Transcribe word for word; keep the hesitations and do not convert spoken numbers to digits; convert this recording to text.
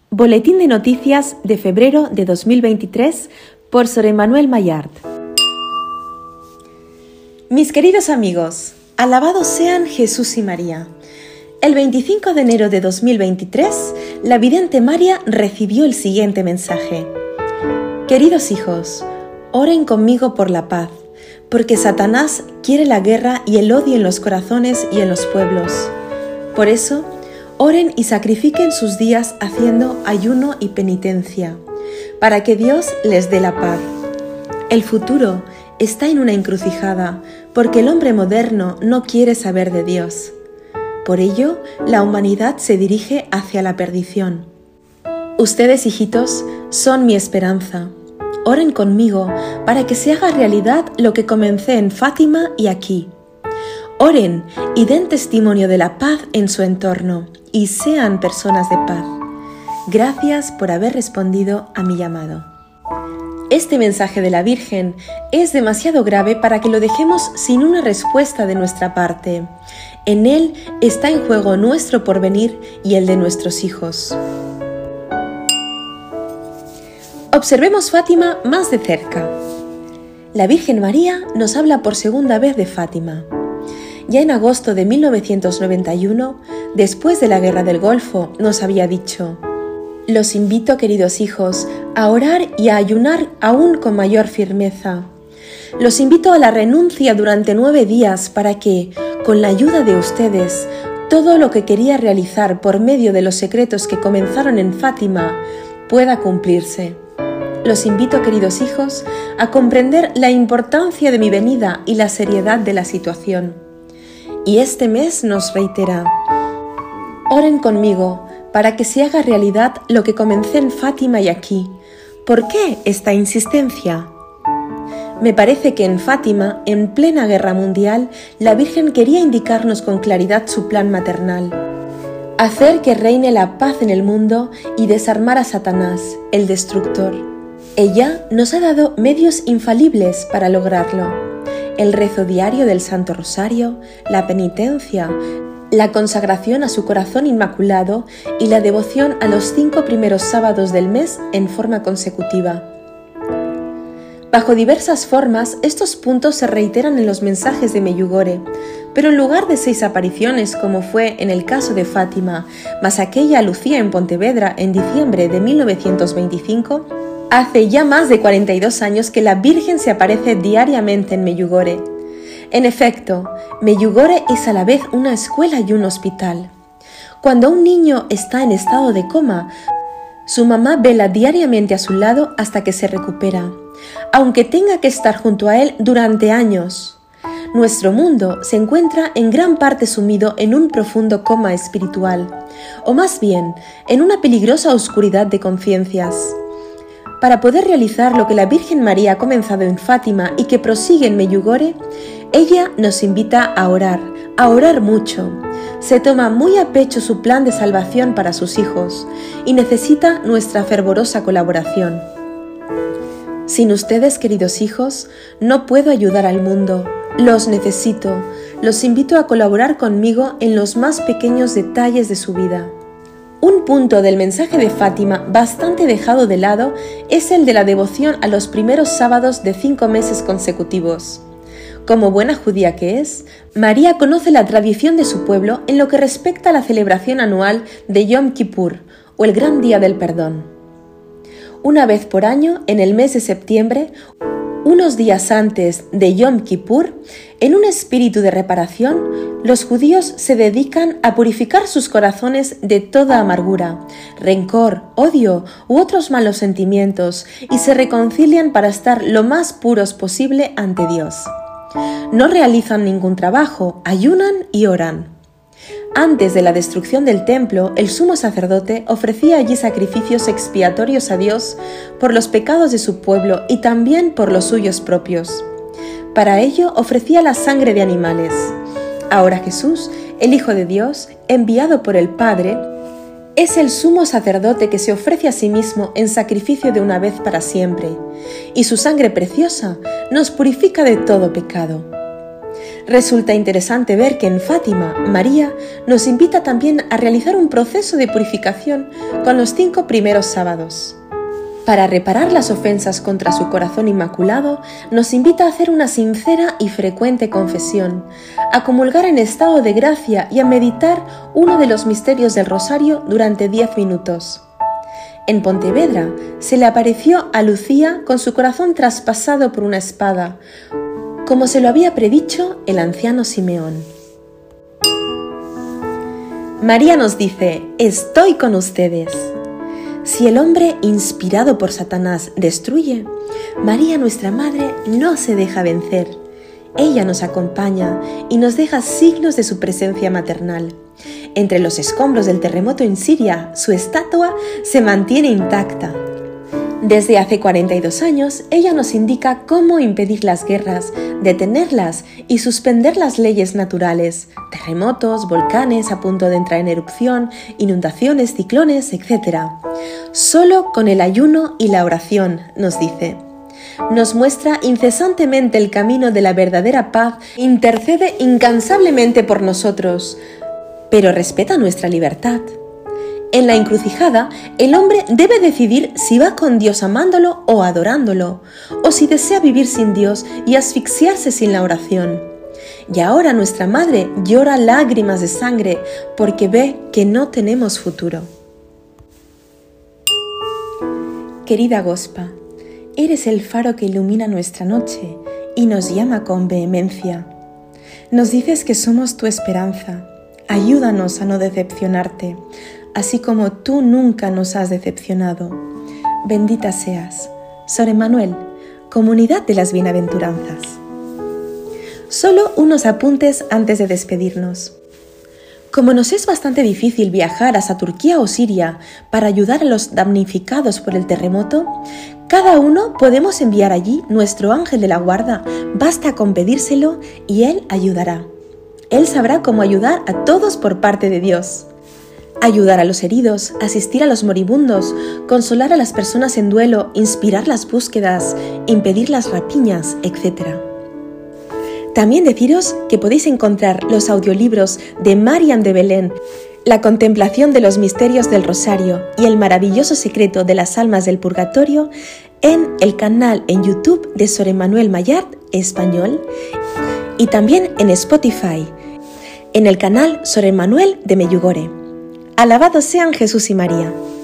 Boletín de noticias de febrero de dos mil veintitrés por Sor Emmanuel Maillard. Mis queridos amigos, alabados sean Jesús y María. El veinticinco de enero de dos mil veintitrés, la vidente María recibió el siguiente mensaje. Queridos hijos, oren conmigo por la paz, porque Satanás quiere la guerra y el odio en los corazones y en los pueblos. Por eso, oren y sacrifiquen sus días haciendo ayuno y penitencia, para que Dios les dé la paz. El futuro está en una encrucijada, porque el hombre moderno no quiere saber de Dios. Por ello, la humanidad se dirige hacia la perdición. Ustedes, hijitos, son mi esperanza. Oren conmigo para que se haga realidad lo que comencé en Fátima y aquí. Oren y den testimonio de la paz en su entorno y sean personas de paz. Gracias por haber respondido a mi llamado. Este mensaje de la Virgen es demasiado grave para que lo dejemos sin una respuesta de nuestra parte. En él está en juego nuestro porvenir y el de nuestros hijos. Observemos Fátima más de cerca. La Virgen María nos habla por segunda vez de Fátima. Ya en agosto de mil novecientos noventa y uno, después de la Guerra del Golfo, nos había dicho: «Los invito, queridos hijos, a orar y a ayunar aún con mayor firmeza. Los invito a la renuncia durante nueve días para que, con la ayuda de ustedes, todo lo que quería realizar por medio de los secretos que comenzaron en Fátima pueda cumplirse. Los invito, queridos hijos, a comprender la importancia de mi venida y la seriedad de la situación». Y este mes nos reitera: «Oren conmigo para que se haga realidad lo que comencé en Fátima y aquí». ¿Por qué esta insistencia? Me parece que en Fátima, en plena guerra mundial, la Virgen quería indicarnos con claridad su plan maternal: hacer que reine la paz en el mundo y desarmar a Satanás, el destructor. Ella nos ha dado medios infalibles para lograrlo: el rezo diario del Santo Rosario, la penitencia, la consagración a su corazón inmaculado y la devoción a los cinco primeros sábados del mes en forma consecutiva. Bajo diversas formas, estos puntos se reiteran en los mensajes de Medjugorje, pero en lugar de seis apariciones, como fue en el caso de Fátima, más aquella a Lucía en Pontevedra en diciembre de mil novecientos veinticinco, hace ya más de cuarenta y dos años que la Virgen se aparece diariamente en Medjugorje. En efecto, Medjugorje es a la vez una escuela y un hospital. Cuando un niño está en estado de coma, su mamá vela diariamente a su lado hasta que se recupera, aunque tenga que estar junto a él durante años. Nuestro mundo se encuentra en gran parte sumido en un profundo coma espiritual, o más bien, en una peligrosa oscuridad de conciencias. Para poder realizar lo que la Virgen María ha comenzado en Fátima y que prosigue en Medjugorje, ella nos invita a orar, a orar mucho. Se toma muy a pecho su plan de salvación para sus hijos y necesita nuestra fervorosa colaboración. Sin ustedes, queridos hijos, no puedo ayudar al mundo. Los necesito. Los invito a colaborar conmigo en los más pequeños detalles de su vida. Un punto del mensaje de Fátima bastante dejado de lado es el de la devoción a los primeros sábados de cinco meses consecutivos. Como buena judía que es, María conoce la tradición de su pueblo en lo que respecta a la celebración anual de Yom Kippur, o el Gran Día del Perdón. Una vez por año, en el mes de septiembre, unos días antes de Yom Kippur, en un espíritu de reparación, los judíos se dedican a purificar sus corazones de toda amargura, rencor, odio u otros malos sentimientos y se reconcilian para estar lo más puros posible ante Dios. No realizan ningún trabajo, ayunan y oran. Antes de la destrucción del templo, el sumo sacerdote ofrecía allí sacrificios expiatorios a Dios por los pecados de su pueblo y también por los suyos propios. Para ello ofrecía la sangre de animales. Ahora Jesús, el Hijo de Dios, enviado por el Padre, es el sumo sacerdote que se ofrece a sí mismo en sacrificio de una vez para siempre, y su sangre preciosa nos purifica de todo pecado. Resulta interesante ver que en Fátima, María nos invita también a realizar un proceso de purificación con los cinco primeros sábados. Para reparar las ofensas contra su corazón inmaculado, nos invita a hacer una sincera y frecuente confesión, a comulgar en estado de gracia y a meditar uno de los misterios del Rosario durante diez minutos. En Pontevedra se le apareció a Lucía con su corazón traspasado por una espada, como se lo había predicho el anciano Simeón. María nos dice: estoy con ustedes. Si el hombre inspirado por Satanás destruye, María, nuestra Madre, no se deja vencer. Ella nos acompaña y nos deja signos de su presencia maternal. Entre los escombros del terremoto en Siria, su estatua se mantiene intacta. Desde hace cuarenta y dos años, ella nos indica cómo impedir las guerras, detenerlas y suspender las leyes naturales, terremotos, volcanes a punto de entrar en erupción, inundaciones, ciclones, etcétera. Solo con el ayuno y la oración, nos dice. Nos muestra incesantemente el camino de la verdadera paz, intercede incansablemente por nosotros, pero respeta nuestra libertad. En la encrucijada, el hombre debe decidir si va con Dios amándolo o adorándolo, o si desea vivir sin Dios y asfixiarse sin la oración. Y ahora nuestra Madre llora lágrimas de sangre porque ve que no tenemos futuro. Querida Gospa, eres el faro que ilumina nuestra noche y nos llama con vehemencia. Nos dices que somos tu esperanza. Ayúdanos a no decepcionarte, así como tú nunca nos has decepcionado. Bendita seas. Sor Emmanuel, Comunidad de las Bienaventuranzas. Solo unos apuntes antes de despedirnos. Como nos es bastante difícil viajar hasta Turquía o Siria para ayudar a los damnificados por el terremoto, cada uno podemos enviar allí nuestro ángel de la guarda. Basta con pedírselo y él ayudará. Él sabrá cómo ayudar a todos por parte de Dios. Ayudar a los heridos, asistir a los moribundos, consolar a las personas en duelo, inspirar las búsquedas, impedir las rapiñas, etcétera. También deciros que podéis encontrar los audiolibros de Marian de Belén, La contemplación de los misterios del Rosario y El maravilloso secreto de las almas del purgatorio en el canal en YouTube de Sor Emmanuel Mayart Español y también en Spotify, en el canal Sor Emmanuel de Medjugorje. Alabados sean Jesús y María.